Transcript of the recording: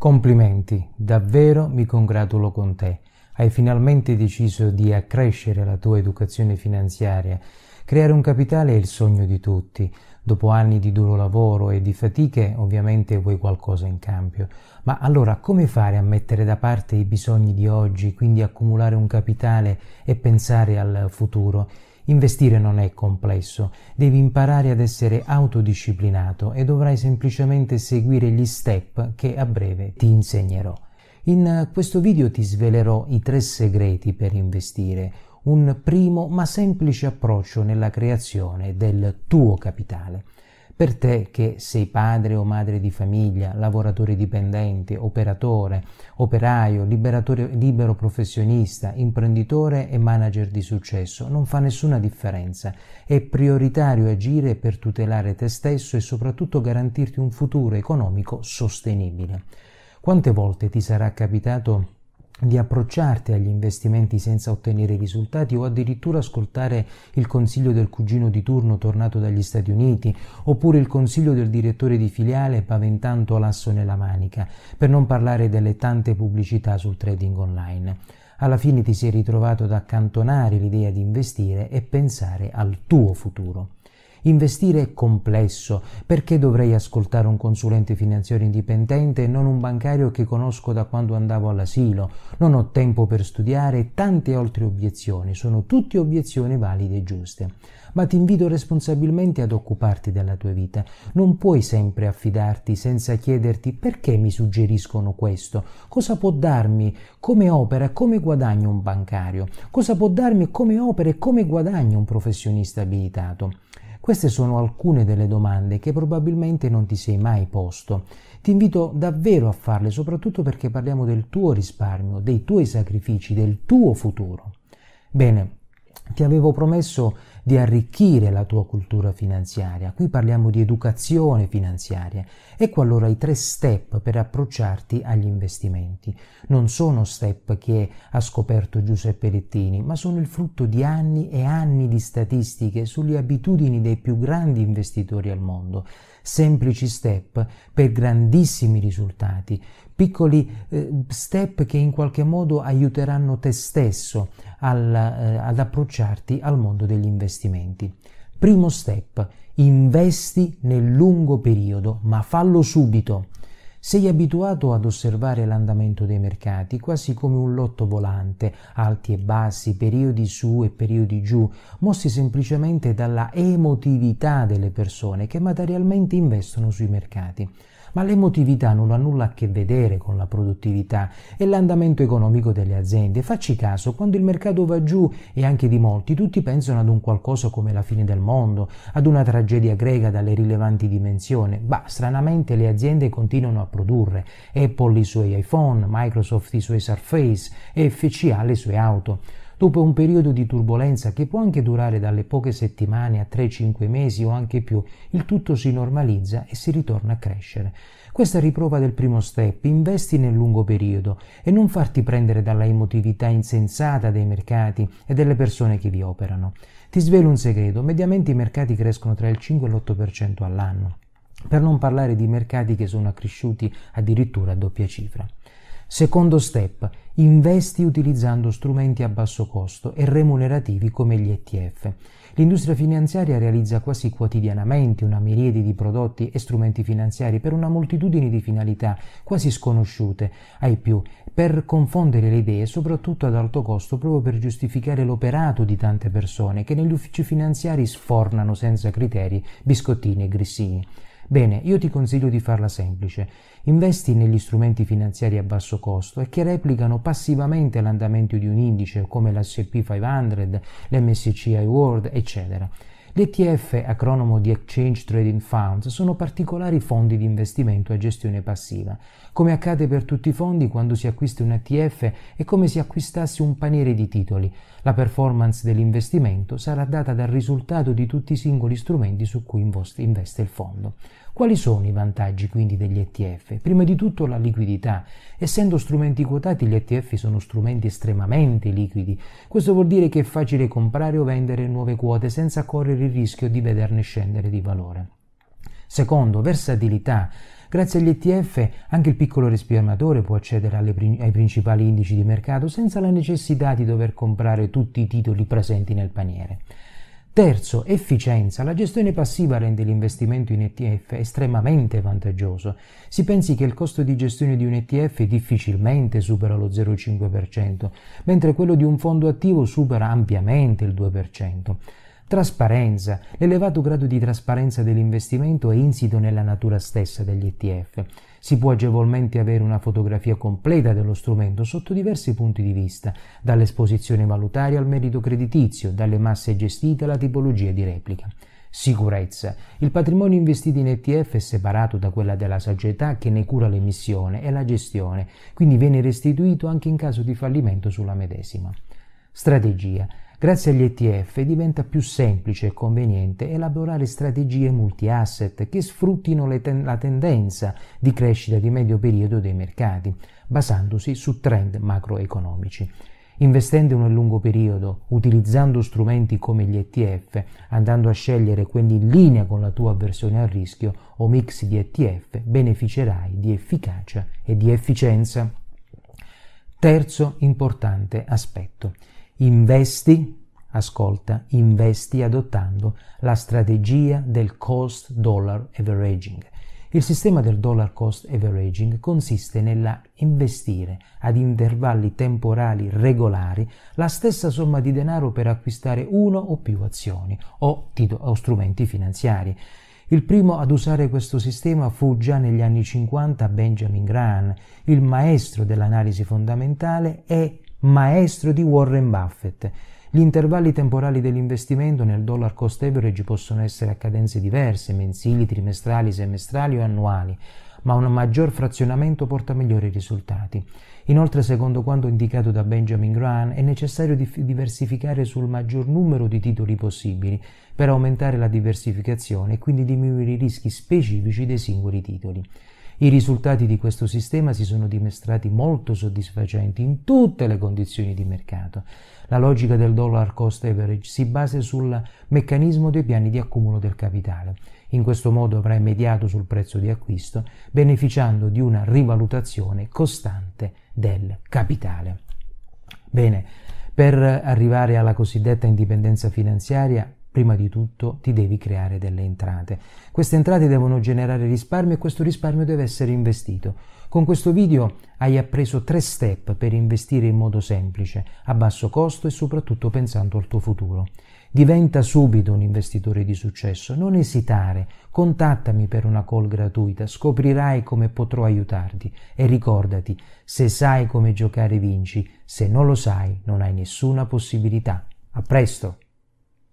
Complimenti, davvero mi congratulo con te. Hai finalmente deciso di accrescere la tua educazione finanziaria. Creare un capitale è il sogno di tutti. Dopo anni di duro lavoro e di fatiche, ovviamente vuoi qualcosa in cambio. Ma allora come fare a mettere da parte i bisogni di oggi, quindi accumulare un capitale e pensare al futuro? Investire non è complesso, devi imparare ad essere autodisciplinato e dovrai semplicemente seguire gli step che a breve ti insegnerò. In questo video ti svelerò i 3 segreti per investire, un primo ma semplice approccio nella creazione del tuo capitale. Per te che sei padre o madre di famiglia, lavoratore dipendente, operatore, operaio, libero professionista, imprenditore e manager di successo, non fa nessuna differenza. È prioritario agire per tutelare te stesso e soprattutto garantirti un futuro economico sostenibile. Quante volte ti sarà capitato di approcciarti agli investimenti senza ottenere risultati o addirittura ascoltare il consiglio del cugino di turno tornato dagli Stati Uniti oppure il consiglio del direttore di filiale paventando l'asso nella manica, per non parlare delle tante pubblicità sul trading online. Alla fine ti sei ritrovato ad accantonare l'idea di investire e pensare al tuo futuro. Investire è complesso, perché dovrei ascoltare un consulente finanziario indipendente e non un bancario che conosco da quando andavo all'asilo? Non ho tempo per studiare e tante altre obiezioni, sono tutte obiezioni valide e giuste. Ma ti invito responsabilmente ad occuparti della tua vita. Non puoi sempre affidarti senza chiederti perché mi suggeriscono questo, cosa può darmi, come opera, come guadagna un bancario, cosa può darmi, come opera e come guadagna un professionista abilitato. Queste sono alcune delle domande che probabilmente non ti sei mai posto. Ti invito davvero a farle, soprattutto perché parliamo del tuo risparmio, dei tuoi sacrifici, del tuo futuro. Bene, ti avevo promesso di arricchire la tua cultura finanziaria. Qui parliamo di educazione finanziaria. Ecco allora i 3 step per approcciarti agli investimenti. Non sono step che ha scoperto Giuseppe Lettini, ma sono il frutto di anni e anni di statistiche sulle abitudini dei più grandi investitori al mondo. Semplici step per grandissimi risultati, piccoli step che in qualche modo aiuteranno te stesso ad approcciarti al mondo degli investimenti. Primo step: investi nel lungo periodo, ma fallo subito. Sei abituato ad osservare l'andamento dei mercati quasi come un lotto volante, alti e bassi, periodi su e periodi giù, mossi semplicemente dalla emotività delle persone che materialmente investono sui mercati. Ma l'emotività non ha nulla a che vedere con la produttività e l'andamento economico delle aziende. Facci caso, quando il mercato va giù, e anche di molti, tutti pensano ad un qualcosa come la fine del mondo, ad una tragedia greca dalle rilevanti dimensioni. Stranamente le aziende continuano a produrre. Apple i suoi iPhone, Microsoft i suoi Surface e FCA le sue auto. Dopo un periodo di turbolenza che può anche durare dalle poche settimane a 3-5 mesi o anche più, il tutto si normalizza e si ritorna a crescere. Questa è riprova del primo step: investi nel lungo periodo e non farti prendere dalla emotività insensata dei mercati e delle persone che vi operano. Ti svelo un segreto: mediamente i mercati crescono tra il 5 e l'8% all'anno, per non parlare di mercati che sono cresciuti addirittura a doppia cifra. Secondo step: investi utilizzando strumenti a basso costo e remunerativi come gli ETF. L'industria finanziaria realizza quasi quotidianamente una miriade di prodotti e strumenti finanziari per una moltitudine di finalità quasi sconosciute ai più, per confondere le idee, soprattutto ad alto costo, proprio per giustificare l'operato di tante persone che negli uffici finanziari sfornano senza criteri biscottini e grissini. Bene, io ti consiglio di farla semplice. Investi negli strumenti finanziari a basso costo e che replicano passivamente l'andamento di un indice come l'S&P 500, l'MSCI World, eccetera. Gli ETF, acronimo di Exchange Trading Funds, sono particolari fondi di investimento a gestione passiva. Come accade per tutti i fondi, quando si acquista un ETF è come se acquistassi un paniere di titoli. La performance dell'investimento sarà data dal risultato di tutti i singoli strumenti su cui investe il fondo. Quali sono i vantaggi quindi degli ETF? Prima di tutto la liquidità. Essendo strumenti quotati, gli ETF sono strumenti estremamente liquidi. Questo vuol dire che è facile comprare o vendere nuove quote senza correre il rischio di vederne scendere di valore. Secondo, versatilità. Grazie agli ETF anche il piccolo risparmiatore può accedere ai principali indici di mercato senza la necessità di dover comprare tutti i titoli presenti nel paniere. Terzo, efficienza. La gestione passiva rende l'investimento in ETF estremamente vantaggioso. Si pensi che il costo di gestione di un ETF difficilmente supera lo 0,5%, mentre quello di un fondo attivo supera ampiamente il 2%. Trasparenza. L'elevato grado di trasparenza dell'investimento è insito nella natura stessa degli ETF. Si può agevolmente avere una fotografia completa dello strumento sotto diversi punti di vista, dall'esposizione valutaria al merito creditizio, dalle masse gestite alla tipologia di replica. Sicurezza. Il patrimonio investito in ETF è separato da quella della società che ne cura l'emissione e la gestione, quindi viene restituito anche in caso di fallimento sulla medesima. Strategia. Grazie agli ETF diventa più semplice e conveniente elaborare strategie multi-asset che sfruttino la tendenza di crescita di medio periodo dei mercati, basandosi su trend macroeconomici. Investendo nel lungo periodo, utilizzando strumenti come gli ETF, andando a scegliere quelli in linea con la tua avversione al rischio o mix di ETF, beneficerai di efficacia e di efficienza. Terzo importante aspetto. Investi adottando la strategia del cost dollar averaging. Il sistema del dollar cost averaging consiste nella investire ad intervalli temporali regolari la stessa somma di denaro per acquistare uno o più azioni o strumenti finanziari. Il primo ad usare questo sistema fu già negli anni 50 Benjamin Graham, il maestro dell'analisi fondamentale e maestro di Warren Buffett. Gli intervalli temporali dell'investimento nel dollar cost average possono essere a cadenze diverse, mensili, trimestrali, semestrali o annuali, ma un maggior frazionamento porta migliori risultati. Inoltre, secondo quanto indicato da Benjamin Graham, è necessario diversificare sul maggior numero di titoli possibili per aumentare la diversificazione e quindi diminuire i rischi specifici dei singoli titoli. I risultati di questo sistema si sono dimostrati molto soddisfacenti in tutte le condizioni di mercato. La logica del dollar cost average si basa sul meccanismo dei piani di accumulo del capitale. In questo modo avrai mediato sul prezzo di acquisto, beneficiando di una rivalutazione costante del capitale. Bene, per arrivare alla cosiddetta indipendenza finanziaria, prima di tutto ti devi creare delle entrate. Queste entrate devono generare risparmio e questo risparmio deve essere investito. Con questo video hai appreso 3 step per investire in modo semplice, a basso costo e soprattutto pensando al tuo futuro. Diventa subito un investitore di successo, non esitare, contattami per una call gratuita, scoprirai come potrò aiutarti e ricordati, se sai come giocare vinci, se non lo sai non hai nessuna possibilità. A presto!